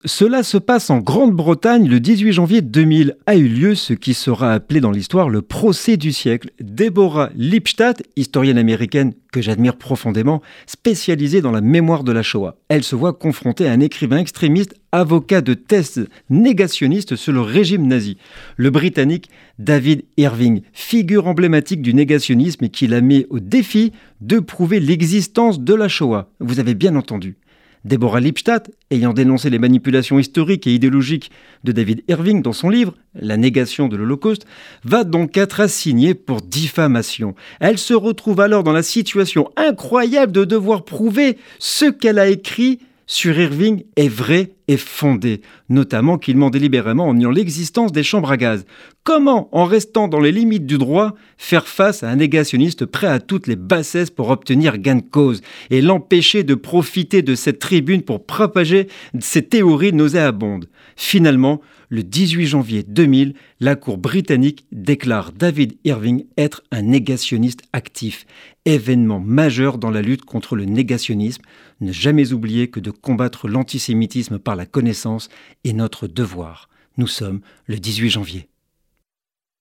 Cela se passe en Grande-Bretagne le 18 janvier 2000. A eu lieu ce qui sera appelé dans l'histoire le procès du siècle. Deborah Lipstadt, historienne américaine que j'admire profondément, spécialisée dans la mémoire de la Shoah. Elle se voit confrontée à un écrivain extrémiste, avocat de thèse négationniste sur le régime nazi. Le Britannique David Irving, figure emblématique du négationnisme et qui la met au défi de prouver l'existence de la Shoah. Vous avez bien entendu. Deborah Lipstadt, ayant dénoncé les manipulations historiques et idéologiques de David Irving dans son livre « La négation de l'Holocauste », va donc être assignée pour diffamation. Elle se retrouve alors dans la situation incroyable de devoir prouver ce qu'elle a écrit sur Irving est vrai et fondé, notamment qu'il ment délibérément en niant l'existence des chambres à gaz. Comment, en restant dans les limites du droit, faire face à un négationniste prêt à toutes les bassesses pour obtenir gain de cause et l'empêcher de profiter de cette tribune pour propager ses théories nauséabondes? Finalement, le 18 janvier 2000, la Cour britannique déclare David Irving être un négationniste actif. Événement majeur dans la lutte contre le négationnisme. Ne jamais oublier que de combattre l'antisémitisme par la connaissance est notre devoir. Nous sommes le 18 janvier.